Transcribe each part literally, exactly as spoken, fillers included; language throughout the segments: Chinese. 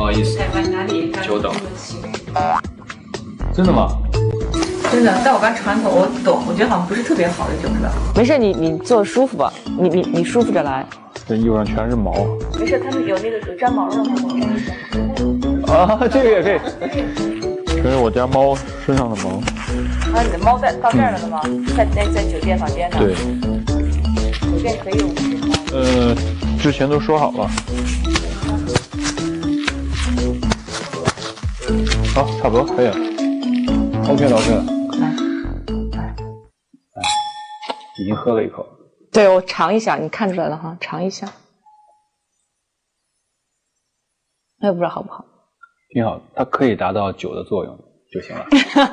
好意思，久等。 真的吗？ 真的，但我把传统我懂，我觉得好像不是特别好的种的。 没事，你你坐舒服吧，你你你舒服着来。 这衣服上全是毛。 没事，他们有那个有粘毛的吗？粘一下。 啊，这个也可以。这是我家猫身上的毛。 啊，你的猫在到这儿了的吗？嗯、在在在酒店房间呢。 对。 酒店可以有五只猫。 呃，之前都说好了。好，差不多可以了。OK 了 ，OK 了。来，来，已经喝了一口。 对，我尝一下，你看出来了哈，尝一下。我也不知道好不好。 挺好，它可以达到酒的作用就行了。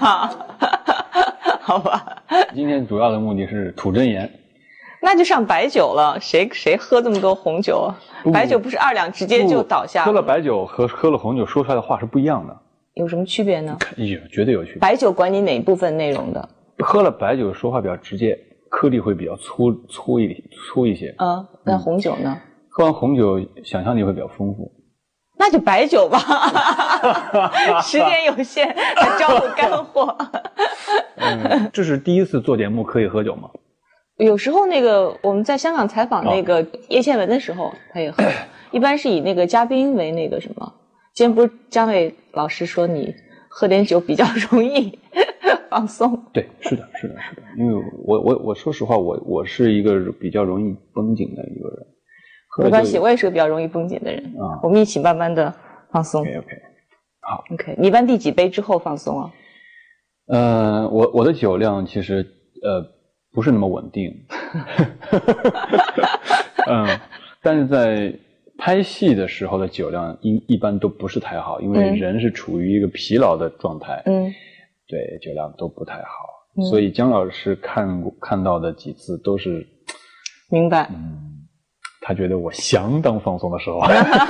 好吧。 今天主要的目的是吐真言。 那就上白酒了，谁谁喝这么多红酒啊？白酒不是二两直接就倒下了。 喝了白酒和喝了红酒说出来的话是不一样的。 有什么区别呢？ 有，绝对有区别。 白酒管你哪一部分内容的？ 喝了白酒说话比较直接，颗粒会比较粗粗一粗一些。 嗯，那红酒呢？ 喝完红酒，想象力会比较丰富。 那就白酒吧，时间有限，还招呼干货。 嗯，这是第一次做节目可以喝酒吗？ 有时候那个我们在香港采访那个叶倩文的时候，他也喝，一般是以那个嘉宾为那个什么。今天不是张伟老师说你喝点酒比较容易放松？对， 是的，是的，是的。因为我我我说实话，我我是一个比较容易绷紧的一个人。 没关系，我也是个比较容易绷紧的人。啊，我们一起慢慢的放松。 OK OK， 好。 OK， 你一般第几杯之后放松啊？ 呃，我我的酒量其实呃不是那么稳定。嗯，但是在拍戏的时候的酒量一一般都不是太好，因为人是处于一个疲劳的状态。嗯，对，酒量都不太好。嗯，所以姜老师看过看到的几次都是明白。 嗯。他觉得我相当放松的时候。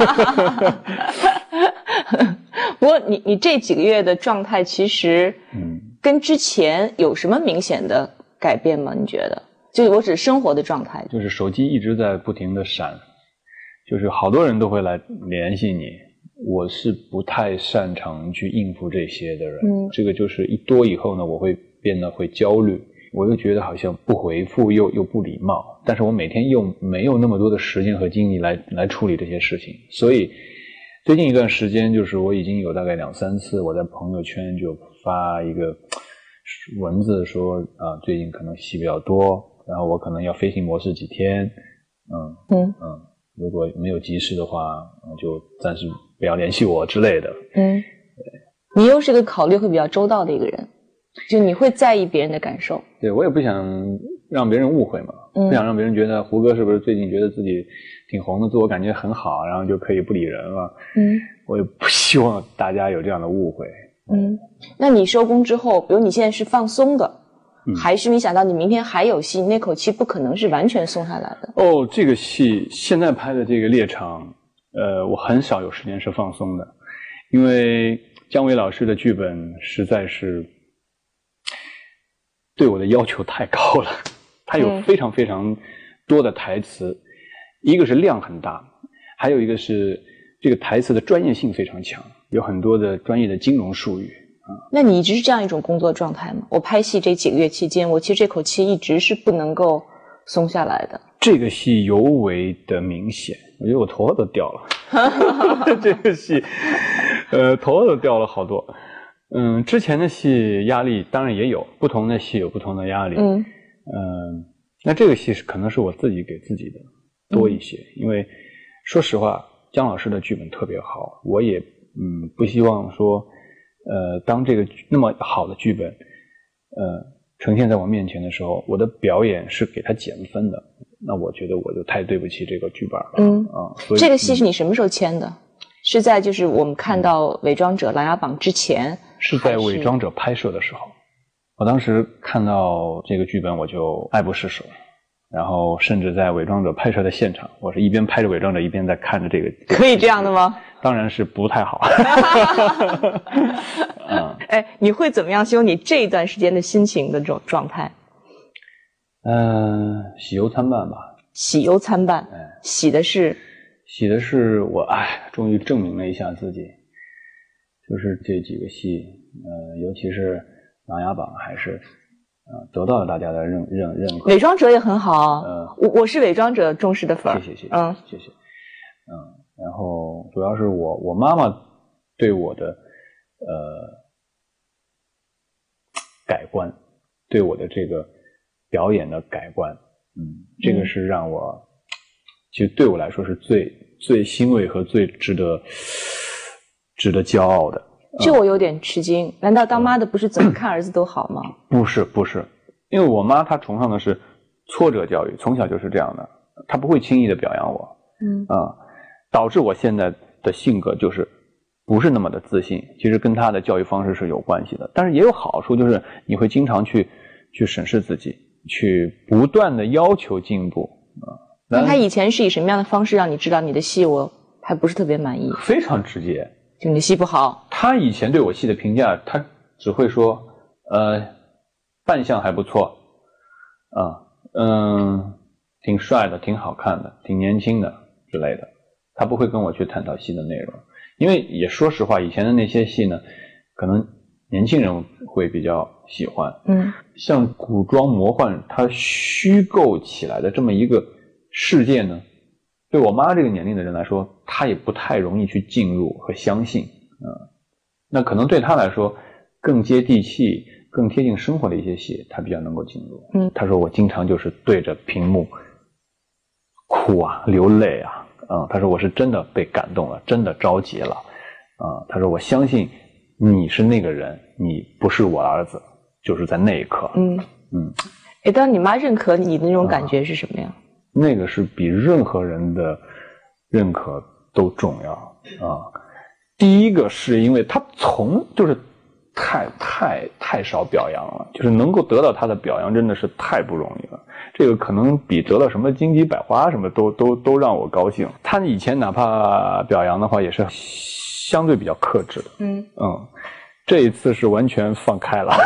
不过你你这几个月的状态其实嗯跟之前有什么明显的改变吗？你觉得？就是我指生活的状态。 就是手机一直在不停的闪，就是好多人都会来联系你，我是不太擅长去应付这些的人。嗯，这个就是一多以后呢，我会变得会焦虑。我又觉得好像不回复又又不礼貌，但是我每天又没有那么多的时间和精力来来处理这些事情，所以最近一段时间，就是我已经有大概两三次我在朋友圈就发一个文字说啊、呃，最近可能戏比较多，然后我可能要飞行模式几天，嗯嗯嗯，如果没有急事的话，就暂时不要联系我之类的。嗯， 对，你又是个考虑会比较周到的一个人。就你会在意别人的感受。 对，我也不想让别人误会嘛，嗯、不想让别人觉得胡歌是不是最近觉得自己挺红的，自我感觉很好，然后就可以不理人了。嗯，我也不希望大家有这样的误会。 嗯，那你收工之后，比如你现在是放松的，嗯、还是你想到你明天还有戏，那口气不可能是完全松下来的？ 哦，这个戏现在拍的这个猎场，呃，我很少有时间是放松的，因为姜伟老师的剧本实在是对我的要求太高了，他有非常非常多的台词，嗯、一个是量很大，还有一个是这个台词的专业性非常强，有很多的专业的金融术语啊。 那你一直是这样一种工作状态吗？我拍戏这几个月期间，我其实这口气一直是不能够松下来的。 这个戏尤为的明显，我觉得我头发都掉了。这个戏，呃，头发都掉了好多。嗯，之前的戏压力当然也有，不同的戏有不同的压力。嗯，嗯，那这个戏是可能是我自己给自己的多一些，嗯、因为说实话，姜老师的剧本特别好，我也嗯不希望说，呃，当这个那么好的剧本，呃，呈现在我面前的时候，我的表演是给他减分的，那我觉得我就太对不起这个剧本了。嗯啊，所以这个戏是你什么时候签的？嗯、是在就是我们看到《伪装者》《琅琊榜》之前？ 是在《伪装者》拍摄的时候，我当时看到这个剧本我就爱不释手，然后甚至在《伪装者》拍摄的现场，我是一边拍着《伪装者》一边在看着这个。 可以这样的吗？ 当然是不太好。 嗯，哎，你会怎么样形容你这一段时间的心情的这种状态？ 嗯、呃，喜忧参半吧。 喜忧参半，哎、喜的是， 喜的是我哎，终于证明了一下自己。 就是这几个戏，呃，尤其是《琅琊榜》，还是呃得到了大家的认认认可。 伪装者也很好， 呃， 我我是伪装者忠实的粉。 谢谢谢谢， 嗯， 谢谢，嗯，然后主要是我我妈妈对我的呃改观，对我的这个表演的改观，嗯，这个是让我、嗯、其实对我来说是最最欣慰和最值得值得骄傲的。 这我有点吃惊，难道当妈的不是怎么看儿子都好吗？ 不是不是，因为我妈她崇尚的是挫折教育，从小就是这样的，她不会轻易的表扬我，嗯啊、嗯，导致我现在的性格就是不是那么的自信，其实跟她的教育方式是有关系的，但是也有好处，就是你会经常去去审视自己，去不断的要求进步啊。 那她以前是以什么样的方式让你知道你的戏我还不是特别满意？ 非常直接。 就你戏不好， 他以前对我戏的评价，他只会说，呃，扮相还不错，啊，嗯，挺帅的，挺好看的，挺年轻的之类的。他不会跟我去探讨戏的内容，因为也说实话，以前的那些戏呢，可能年轻人会比较喜欢。嗯，像古装魔幻，它虚构起来的这么一个世界呢，对我妈这个年龄的人来说，她也不太容易去进入和相信啊、嗯。那可能对她来说，更接地气、更贴近生活的一些戏，她比较能够进入。嗯，她说我经常就是对着屏幕哭啊、流泪啊，嗯，她说我是真的被感动了，真的着急了，啊、嗯，她说我相信你是那个人，你不是我儿子，就是在那一刻。嗯嗯， 哎，当你妈认可你的那种感觉是什么呀？啊， 那个是比任何人的认可都重要啊！第一个是因为他从就是太太太少表扬了，就是能够得到他的表扬真的是太不容易了。这个可能比得到什么金鸡百花什么都都都让我高兴。他以前哪怕表扬的话，也是相对比较克制的。嗯嗯，这一次是完全放开了。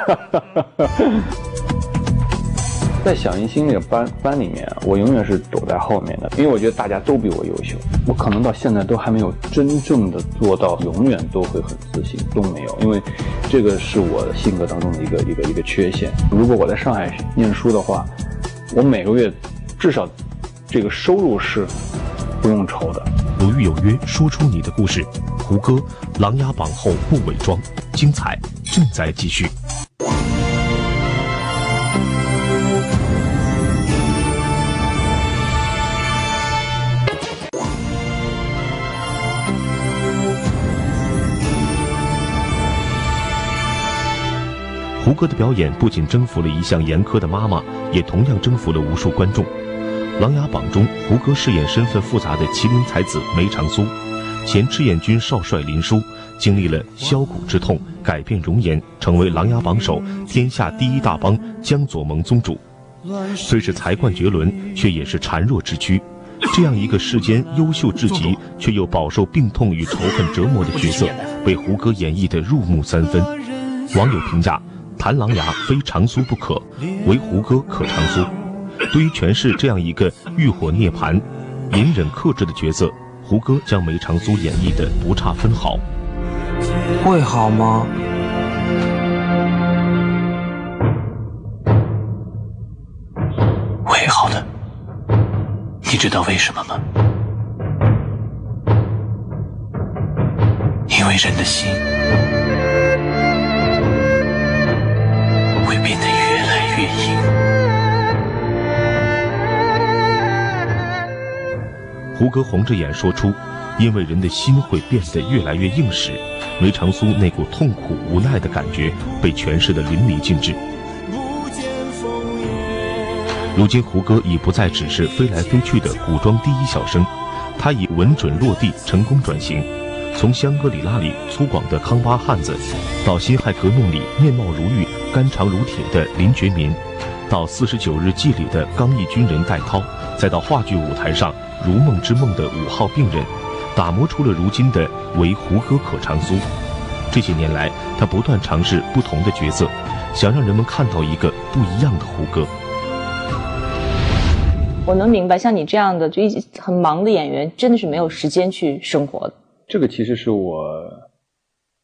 在响应星那个班班里面啊，我永远是躲在后面的，因为我觉得大家都比我优秀，我可能到现在都还没有真正的做到永远都会很自信，都没有，因为这个是我的性格当中的一个一个一个缺陷。如果我在上海念书的话，我每个月至少这个收入是不用愁的。 鲁豫有约，说出你的故事。胡歌《琅琊榜》后不伪装，精彩正在继续。胡歌的表演不仅征服了一向严苛的妈妈，也同样征服了无数观众。《琅琊榜》中，胡歌饰演身份复杂的麒麟才子梅长苏，前赤焰军少帅林殊经历了削骨之痛，改变容颜，成为琅琊榜首，天下第一大帮江左盟宗主。虽是才冠绝伦，却也是孱弱之躯。这样一个世间优秀至极，却又饱受病痛与仇恨折磨的角色，被胡歌演绎得入木三分。网友评价：谈琅琊非长苏不可，唯胡歌可长苏。对于诠释这样一个浴火涅槃、隐忍克制的角色，胡歌将梅长苏演绎得不差分毫。 会好吗？ 会好的。你知道为什么吗？因为人的心会变得越来越硬。 胡歌红着眼说出，因为人的心会变得越来越硬时，梅长苏那股痛苦无奈的感觉被诠释得淋漓尽致。如今胡歌已不再只是飞来飞去的古装第一小生，他已稳准落地，成功转型，从香格里拉里粗犷的康巴汉子，到辛亥革命里面貌如玉、肝肠如铁的林觉民，到四十九日祭里的刚毅军人戴涛，再到话剧舞台上如梦之梦的五号病人，打磨出了如今的唯胡歌可长苏。这些年来，他不断尝试不同的角色，想让人们看到一个不一样的胡歌。 我能明白，像你这样的就一很忙的演员，真的是没有时间去生活的。 这个其实是我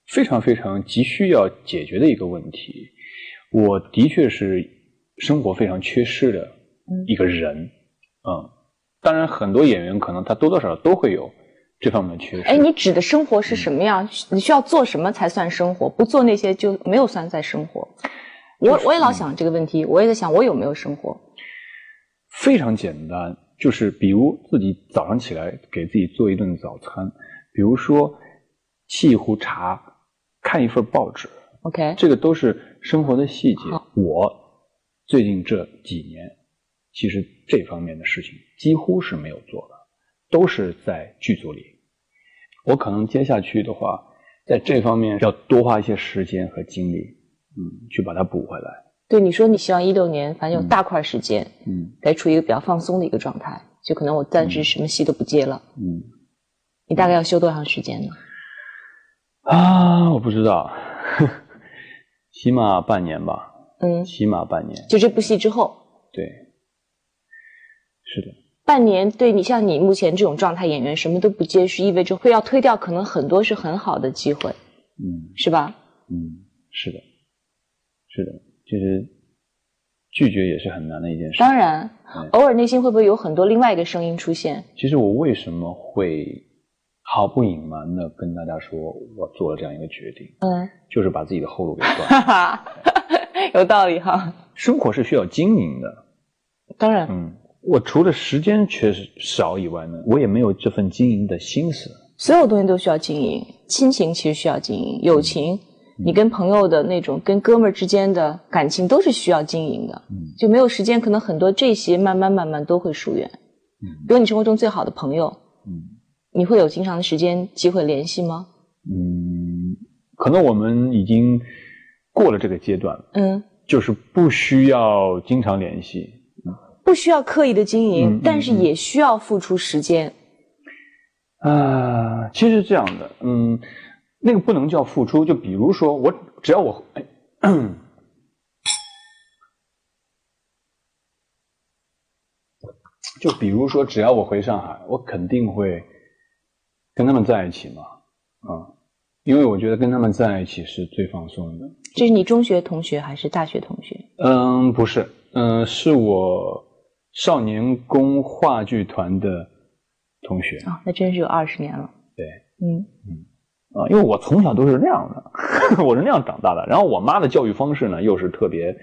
非常非常急需要解决的一个问题。我的确是生活非常缺失的一个人，嗯，嗯当然很多演员可能他多多少少都会有这方面的缺失。 哎，你指的生活是什么样？嗯、你需要做什么才算生活？不做那些就没有算在生活。我我也老想这个问题，我也在想我有没有生活。 非常简单，就是比如自己早上起来给自己做一顿早餐，比如说沏一壶茶，看一份报纸 ，OK， 这个都是生活的细节。我最近这几年，其实这方面的事情几乎是没有做的，都是在剧组里。我可能接下去的话，在这方面要多花一些时间和精力，嗯，去把它补回来。 对，你说你希望一六年反正有大块时间， 嗯， 得处于一个比较放松的一个状态，就可能我暂时什么戏都不接了， 嗯， 你大概要休多长时间呢？ 啊，我不知道，呵呵起码半年吧， 嗯， 起码半年， 就这部戏之后， 对，是的， 半年对你像你目前这种状态，演员什么都不接，是意味着会要推掉可能很多是很好的机会， 嗯， 是吧？ 嗯，是的，是的。其实拒绝也是很难的一件事。 当然，偶尔内心会不会有很多另外一个声音出现？ 其实我为什么会毫不隐瞒的跟大家说我做了这样一个决定？嗯，就是把自己的后路给断了。 有道理哈。 生活是需要经营的。 当然。 嗯，我除了时间缺少以外呢，我也没有这份经营的心思。 所有东西都需要经营，亲情其实需要经营，友情。你跟朋友的那种跟哥们儿之间的感情都是需要经营的，嗯，就没有时间，可能很多这些慢慢慢慢都会疏远。嗯，比如你生活中最好的朋友，嗯，你会有经常的时间机会联系吗？ 嗯，可能我们已经过了这个阶段， 嗯， 就是不需要经常联系， 嗯、不需要刻意的经营，嗯、但是也需要付出时间。 啊、呃，其实这样的，嗯。那个不能叫付出，就比如说我只要我，哎，就比如说只要我回上海，我肯定会跟他们在一起嘛，啊、嗯，因为我觉得跟他们在一起是最放松的。 这是你中学同学还是大学同学？ 嗯，不是，嗯，是我少年宫话剧团的同学。 啊、哦，那真是有二十年了。 对， 嗯嗯。啊，因为我从小都是那样的，我是那样长大的。然后我妈的教育方式呢，又是特别，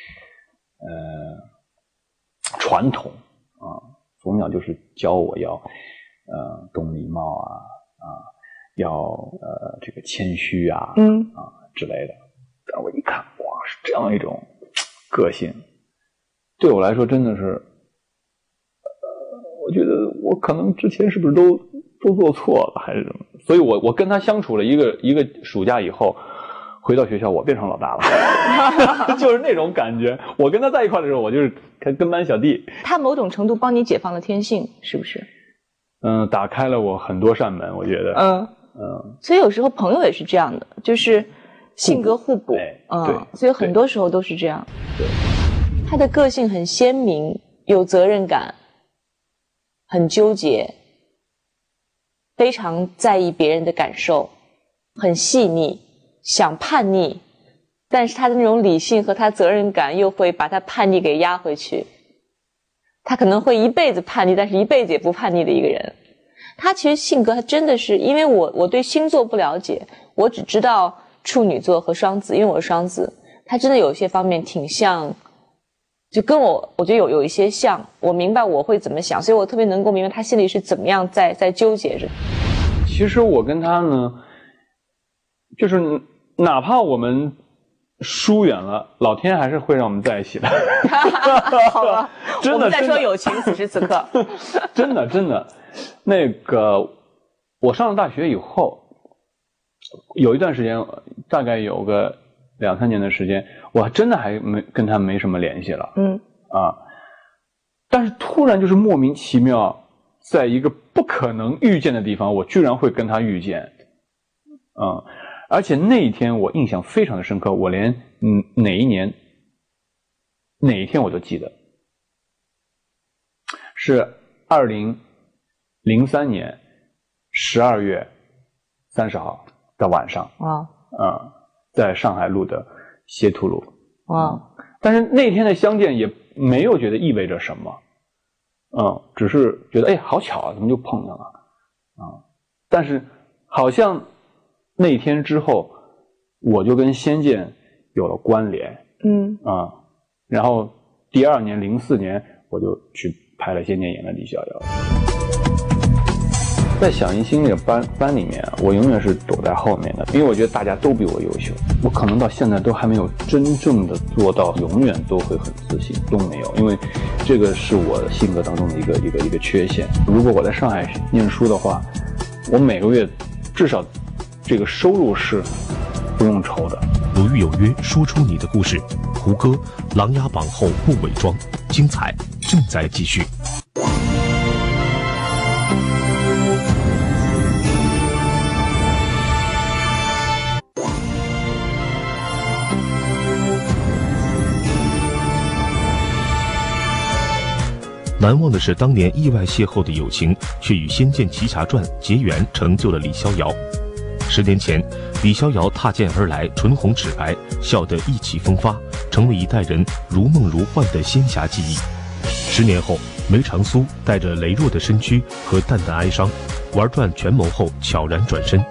呃，传统啊，从小就是教我要，呃，懂礼貌啊，啊，要呃这个谦虚啊， 嗯啊之类的。但我一看，哇，是这样一种个性，对我来说真的是，呃，我觉得我可能之前是不是都都做错了，还是什么？所以我我跟他相处了一个一个暑假以后，回到学校我变成老大了，就是那种感觉。我跟他在一块的时候，我就是跟班小弟。 他某种程度帮你解放了天性，是不是？ 嗯，打开了我很多扇门，我觉得。嗯嗯。 所以有时候朋友也是这样的，就是性格互补。 嗯，对。 所以很多时候都是这样。 对。 他的个性很鲜明，有责任感，很纠结。非常在意别人的感受，很细腻，想叛逆，但是他的那种理性和他责任感又会把他叛逆给压回去。他可能会一辈子叛逆，但是一辈子也不叛逆的一个人。他其实性格他真的是，因为我我对星座不了解，我只知道处女座和双子，因为我是双子，他真的有一些方面挺像，就跟我我觉得有有一些像，我明白我会怎么想，所以我特别能够明白他心里是怎么样在在纠结着。 其实我跟他呢，就是哪怕我们疏远了，老天还是会让我们在一起的。 好吧，真的，我们在说友情，此时此刻。 真的真的，那个我上了大学以后，有一段时间，大概有个两三年的时间，我真的还没跟他没什么联系了。嗯啊，但是突然就是莫名其妙。在一个不可能遇见的地方，我居然会跟他遇见，嗯，而且那一天我印象非常的深刻，我连嗯哪一年哪一天我都记得，是二零零三年十二月三十号的晚上啊， 啊、嗯，在上海录的《歇图鲁》。 哇！ 但是那天的相见也没有觉得意味着什么，嗯，只是觉得哎，好巧啊，怎么就碰上了啊、嗯？但是好像那天之后，我就跟仙剑有了关联， 嗯啊、嗯，然后第二年零四年我就去拍了仙剑演的李逍遥。在小迎新那个班班里面，我永远是躲在后面的，因为我觉得大家都比我优秀，我可能到现在都还没有真正的做到永远都会很自信，都没有，因为这个是我性格当中的一个一个一个缺陷。如果我在上海念书的话，我每个月至少这个收入是不用愁的。 鲁豫有约，说出你的故事。胡歌《琅琊榜》后不伪装，精彩正在继续。难忘的是当年意外邂逅的友情，却与《仙剑奇侠传》结缘，成就了李逍遥。十年前，李逍遥踏剑而来，唇红齿白，笑得意气风发，成为一代人如梦如幻的仙侠记忆。十年后，梅长苏带着羸弱的身躯和淡淡哀伤，玩转权谋后悄然转身。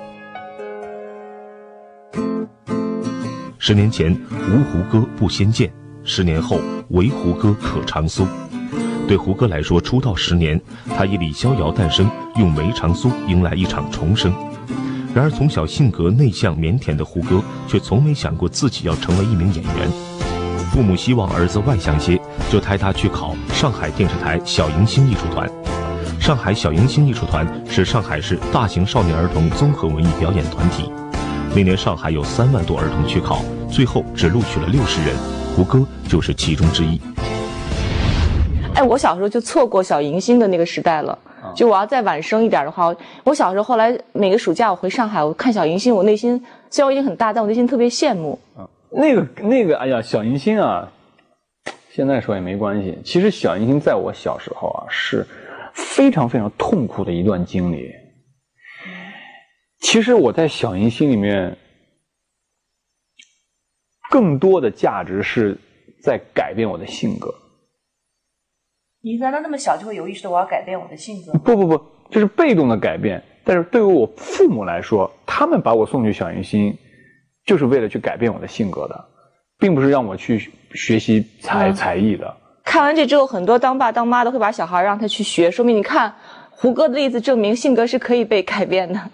十年前，无胡歌不仙剑；十年后，唯胡歌可长苏。对胡歌来说，出道十年，他以李逍遥诞生，用梅长苏迎来一场重生。然而，从小性格内向腼腆的胡歌，却从没想过自己要成为一名演员。父母希望儿子外向些，就派他去考上海电视台小迎新艺术团。上海小迎新艺术团是上海市大型少年儿童综合文艺表演团体。那年上海有三万多儿童去考，最后只录取了六十人，胡歌就是其中之一。 哎，我小时候就错过小迎新的那个时代了。就我要再晚生一点的话，我小时候后来每个暑假我回上海，我看小迎新，我内心虽然我已经很大，但我内心特别羡慕。 嗯，那个那个，哎呀，小迎新啊，现在说也没关系。其实小迎新在我小时候啊，是非常非常痛苦的一段经历。其实我在小迎新里面，更多的价值是在改变我的性格。 你难道那么小就会有意识的我要改变我的性格？ 不不不，这是被动的改变。但是对于我父母来说，他们把我送去小迎新，就是为了去改变我的性格的，并不是让我去学习才、嗯、才艺的。 看完这之后，很多当爸当妈的会把小孩让他去学，说明你看胡歌的例子证明性格是可以被改变的。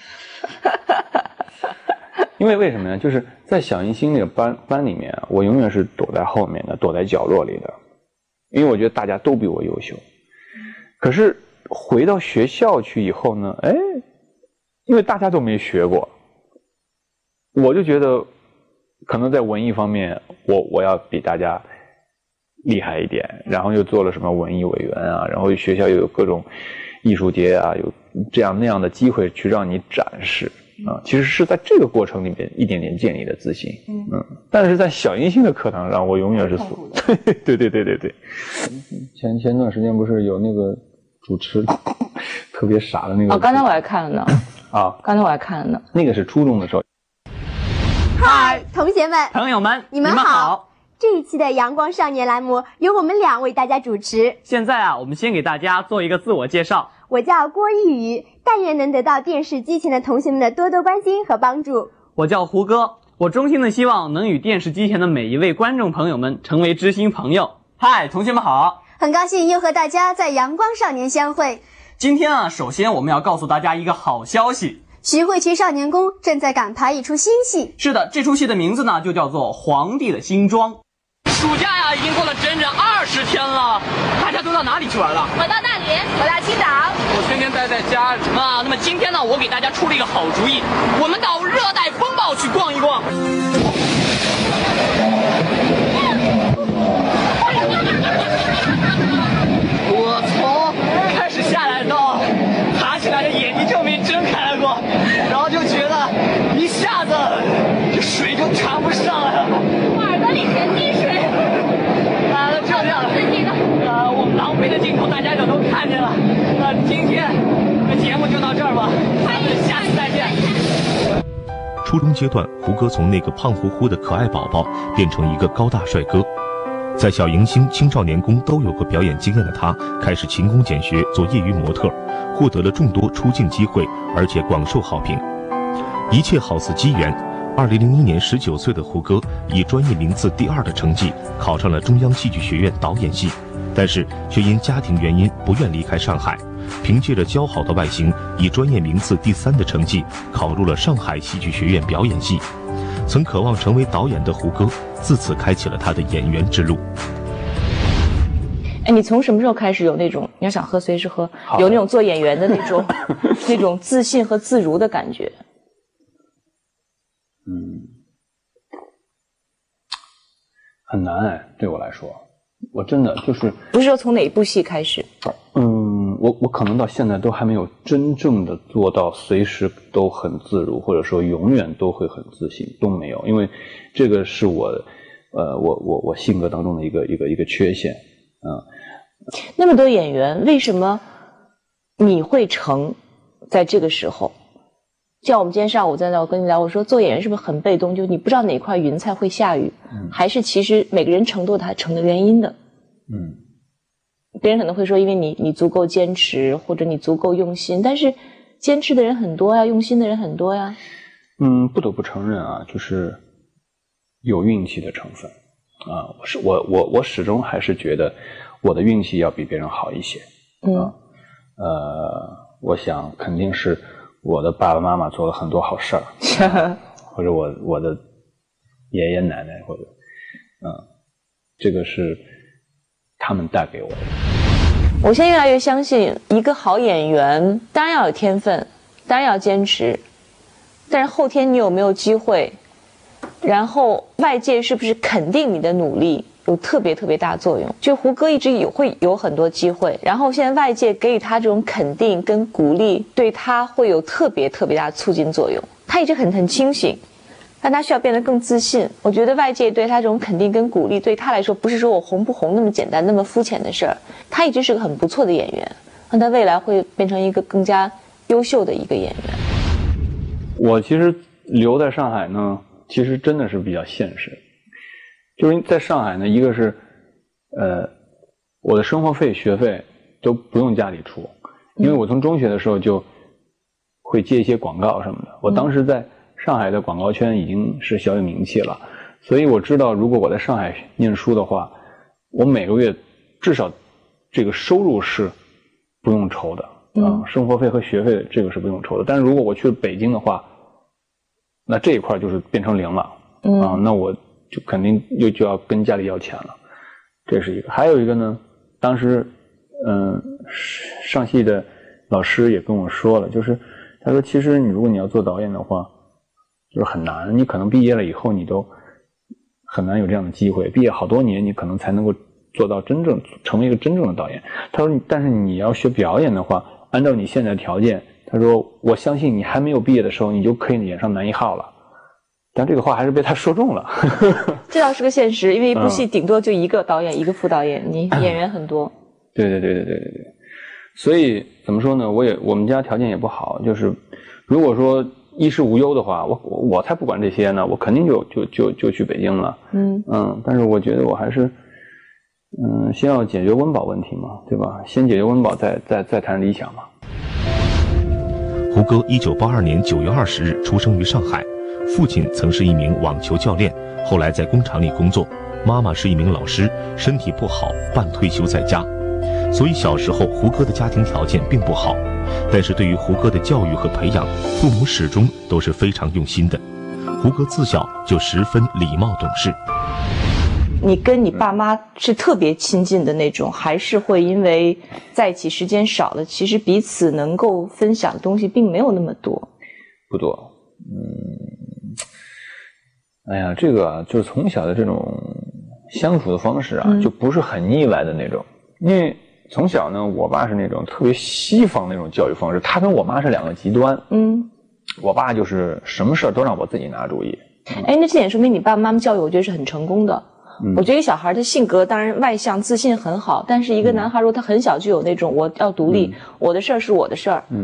因为为什么呢？就是在小迎新那个班班里面，我永远是躲在后面的，躲在角落里的。因为我觉得大家都比我优秀，可是回到学校去以后呢，哎，因为大家都没学过，我就觉得可能在文艺方面，我我要比大家厉害一点，然后又做了什么文艺委员啊，然后学校又有各种艺术节啊，有这样那样的机会去让你展示。啊，其实是在这个过程里面一点点建立的自信，嗯嗯，但是在小迎新的课堂上，我永远是输，对对对对对对。前前段时间不是有那个主持特别傻的那个？ 哦，刚才我还看了呢。 啊， 刚才我还看了呢。 那个是初中的时候。 嗨，同学们、 朋友们， 你们 好, 好。这一期的阳光少年栏目由我们俩为大家主持。 现在啊，我们先给大家做一个自我介绍。 我叫郭一宇，但愿能得到电视机前的同学们的多多关心和帮助。 我叫胡歌，我衷心的希望能与电视机前的每一位观众朋友们成为知心朋友。嗨，同学们好， 很高兴又和大家在阳光少年相会。 今天啊，首先我们要告诉大家一个好消息， 徐汇区少年宫正在赶拍一出新戏。 是的，这出戏的名字呢就叫做《皇帝的新装》。暑假呀，已经过了整整二十天了，大家都到哪里去玩了？ 我到大连，我到青岛， 我天天待在家里啊。那么今天呢，我给大家出了一个好主意，我们到热带风暴去逛一逛。我从开始下来到爬起来的眼睛就没睁开过，然后就觉得一下子这水就传不上来了， 我耳朵里全滴水。 啊，那就这样了。呃，我狼狈的镜头大家也都看见了。那今天的节目就到这儿吧，咱们下次再见。 初中阶段，胡歌从那个胖乎乎的可爱宝宝变成一个高大帅哥。在小迎星、青少年宫都有过表演经验的他，开始勤工俭学做业余模特，获得了众多出镜机会，而且广受好评。一切好似机缘。二零零一年，十九岁的胡歌以专业名次第二的成绩考上了中央戏剧学院导演系，但是却因家庭原因不愿离开上海。凭借着姣好的外形，以专业名次第三的成绩考入了上海戏剧学院表演系。曾渴望成为导演的胡歌，自此开启了他的演员之路。 哎，你从什么时候开始有那种你要想喝随时喝，有那种做演员的那种那种自信和自如的感觉？ 嗯，很难哎，对我来说，我真的就是不是说从哪一部戏开始？ 嗯，我我可能到现在都还没有真正的做到随时都很自如，或者说永远都会很自信，都没有，因为这个是我，呃，我我我性格当中的一个一个一个缺陷，嗯。 那么多演员，为什么你会成在这个时候？像我们今天上午在那，我跟你聊，我说做演员是不是很被动？就你不知道哪块云彩会下雨，嗯、还是其实每个人成都他成的原因的？嗯，别人可能会说，因为你你足够坚持，或者你足够用心，但是坚持的人很多呀，用心的人很多呀。 嗯，不得不承认啊，就是有运气的成分啊。我是我我我始终还是觉得我的运气要比别人好一些。嗯，啊、呃，我想肯定是。我的爸爸妈妈做了很多好事儿，或者我我的爷爷奶奶，或者嗯，这个是他们带给我的。 我现在越来越相信，一个好演员当然要有天分，当然要坚持，但是后天你有没有机会，然后外界是不是肯定你的努力，有特别特别大作用。就胡歌一直有会有很多机会，然后现在外界给予他这种肯定跟鼓励，对他会有特别特别大的促进作用。他一直很很清醒，但他需要变得更自信。我觉得外界对他这种肯定跟鼓励，对他来说不是说我红不红那么简单那么肤浅的事儿。他一直是个很不错的演员，那他未来会变成一个更加优秀的一个演员。 我其实留在上海呢，其实真的是比较现实。就是在上海呢，一个是，呃，我的生活费、学费都不用家里出，因为我从中学的时候就会接一些广告什么的。我当时在上海的广告圈已经是小有名气了，所以我知道，如果我在上海念书的话，我每个月至少这个收入是不用愁的啊，生活费和学费这个是不用愁的。但是如果我去了北京的话，那这一块就是变成零了啊，那我。就肯定又就要跟家里要钱了，这是一个。还有一个呢，当时嗯上戏的老师也跟我说了，就是他说其实你如果你要做导演的话，就是很难，你可能毕业了以后你都很难有这样的机会，毕业好多年你可能才能够做到真正成为一个真正的导演。他说但是你要学表演的话，按照你现在的条件，他说我相信你还没有毕业的时候你就可以演上男一号了。但这个话还是被他说中了。 这倒是个现实，因为一部戏顶多就一个导演、嗯、一个副导演，你演员很多。 对对对对对对对。所以怎么说呢？我也我们家条件也不好，就是如果说衣食无忧的话，我我才不管这些呢，我肯定就就就就去北京了。嗯嗯，但是我觉得我还是嗯先要解决温饱问题嘛，对吧？先解决温饱，再再再谈理想嘛。 胡歌一九八二年九月二十日出生于上海。父亲曾是一名网球教练，后来在工厂里工作。妈妈是一名老师，身体不好，半退休在家。所以小时候胡歌的家庭条件并不好，但是对于胡歌的教育和培养，父母始终都是非常用心的。胡歌自小就十分礼貌懂事。 你跟你爸妈是特别亲近的那种，还是会因为在一起时间少了，其实彼此能够分享的东西并没有那么多？ 不多，嗯。哎呀，这个啊，就是从小的这种相处的方式啊，嗯、就不是很腻歪的那种。因为从小呢，我爸是那种特别西方那种教育方式，他跟我妈是两个极端。嗯，我爸就是什么事儿都让我自己拿主意。 嗯、哎，那这点说明你爸爸妈妈教育，我觉得是很成功的。嗯、我觉得一个小孩的性格当然外向、自信很好，但是一个男孩如果他很小就有那种我要独立，嗯、我的事儿是我的事儿。嗯。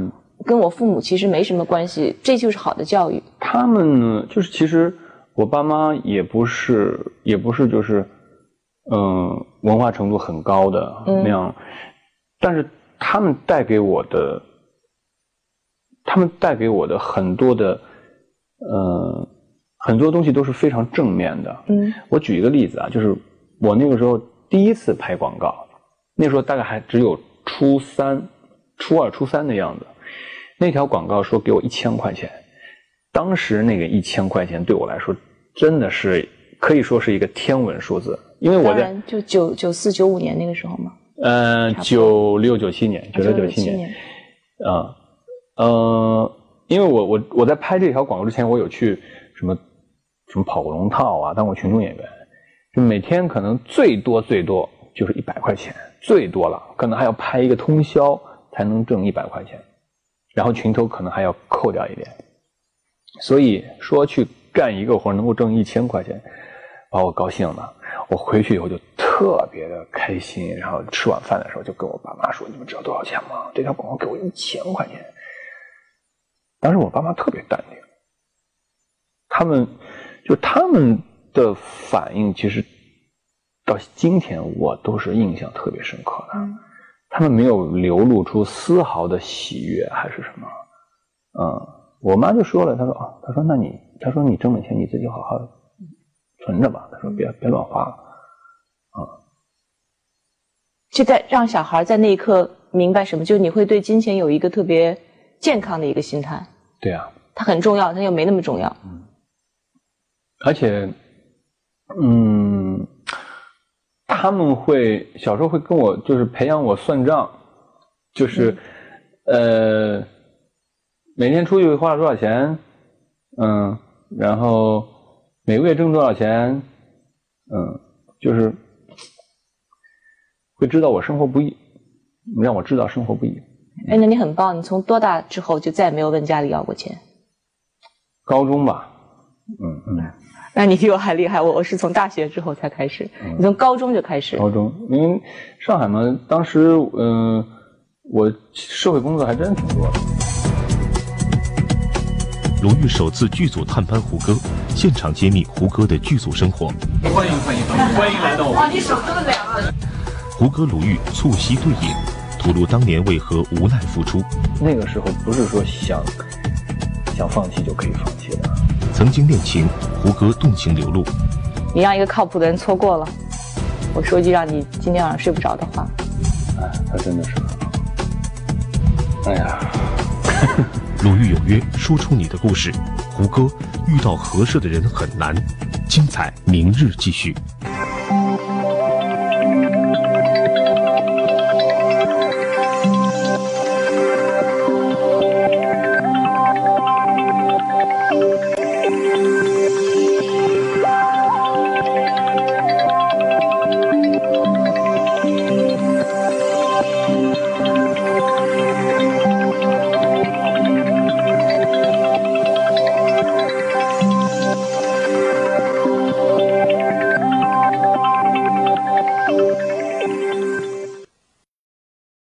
跟我父母其实没什么关系，这就是好的教育。 他们呢，就是其实我爸妈也不是，也不是就是，嗯，文化程度很高的那样，嗯、但是他们带给我的，他们带给我的很多的，呃，很多东西都是非常正面的。嗯，我举一个例子啊，就是我那个时候第一次拍广告，那时候大概还只有初三、初二、初三的样子。那条广告说给我一千块钱，当时那个一千块钱对我来说真的是可以说是一个天文数字，因为我在就九九四九五年那个时候嘛， 呃，九六九七年，九六九七年，啊，呃，因为我我我在拍这条广告之前，我有去什么什么跑过龙套啊，当过群众演员，就每天可能最多最多就是一百块钱，最多了，可能还要拍一个通宵才能挣一百块钱。然后群头可能还要扣掉一点，所以说去干一个活能够挣一千块钱，把我高兴的。我回去以后就特别的开心，然后吃晚饭的时候就跟我爸妈说：“你们知道多少钱吗？这条广告给我一千块钱。”当时我爸妈特别淡定，他们就他们的反应，其实到今天我都是印象特别深刻的。嗯，他们没有流露出丝毫的喜悦还是什么，嗯，我妈就说了，她说哦，她说那你，她说你挣的钱你自己好好存着吧，她说别别乱花了，啊、嗯， 就在让小孩在那一刻明白什么，就你会对金钱有一个特别健康的一个心态。 对啊， 它很重要，它又没那么重要。 嗯，而且，嗯。他们会小时候会跟我就是培养我算账，就是、嗯、呃每天出去花了多少钱，嗯，然后每个月挣多少钱，嗯，就是会知道我生活不易，让我知道生活不易。 哎，那你很棒，你从多大之后就再也没有问家里要过钱？ 高中吧，嗯嗯。 那你比我还厉害，我我是从大学之后才开始，嗯、你从高中就开始。 高中，因为上海嘛，当时嗯、呃，我社会工作还真挺多的。 鲁豫首次剧组探班胡歌，现场揭秘胡歌的剧组生活。 欢迎欢迎欢迎来到我们。哇，你手这么凉啊！ 胡歌鲁豫促膝对饮，吐露当年为何无奈付出。 那个时候不是说想想放弃就可以放弃的。 曾经恋情，胡歌动情流露。 你让一个靠谱的人错过了，我说一句让你今天晚上睡不着的话。 哎，他真的是，哎呀， 鲁豫有约，说出你的故事。胡歌遇到合适的人很难，精彩明日继续。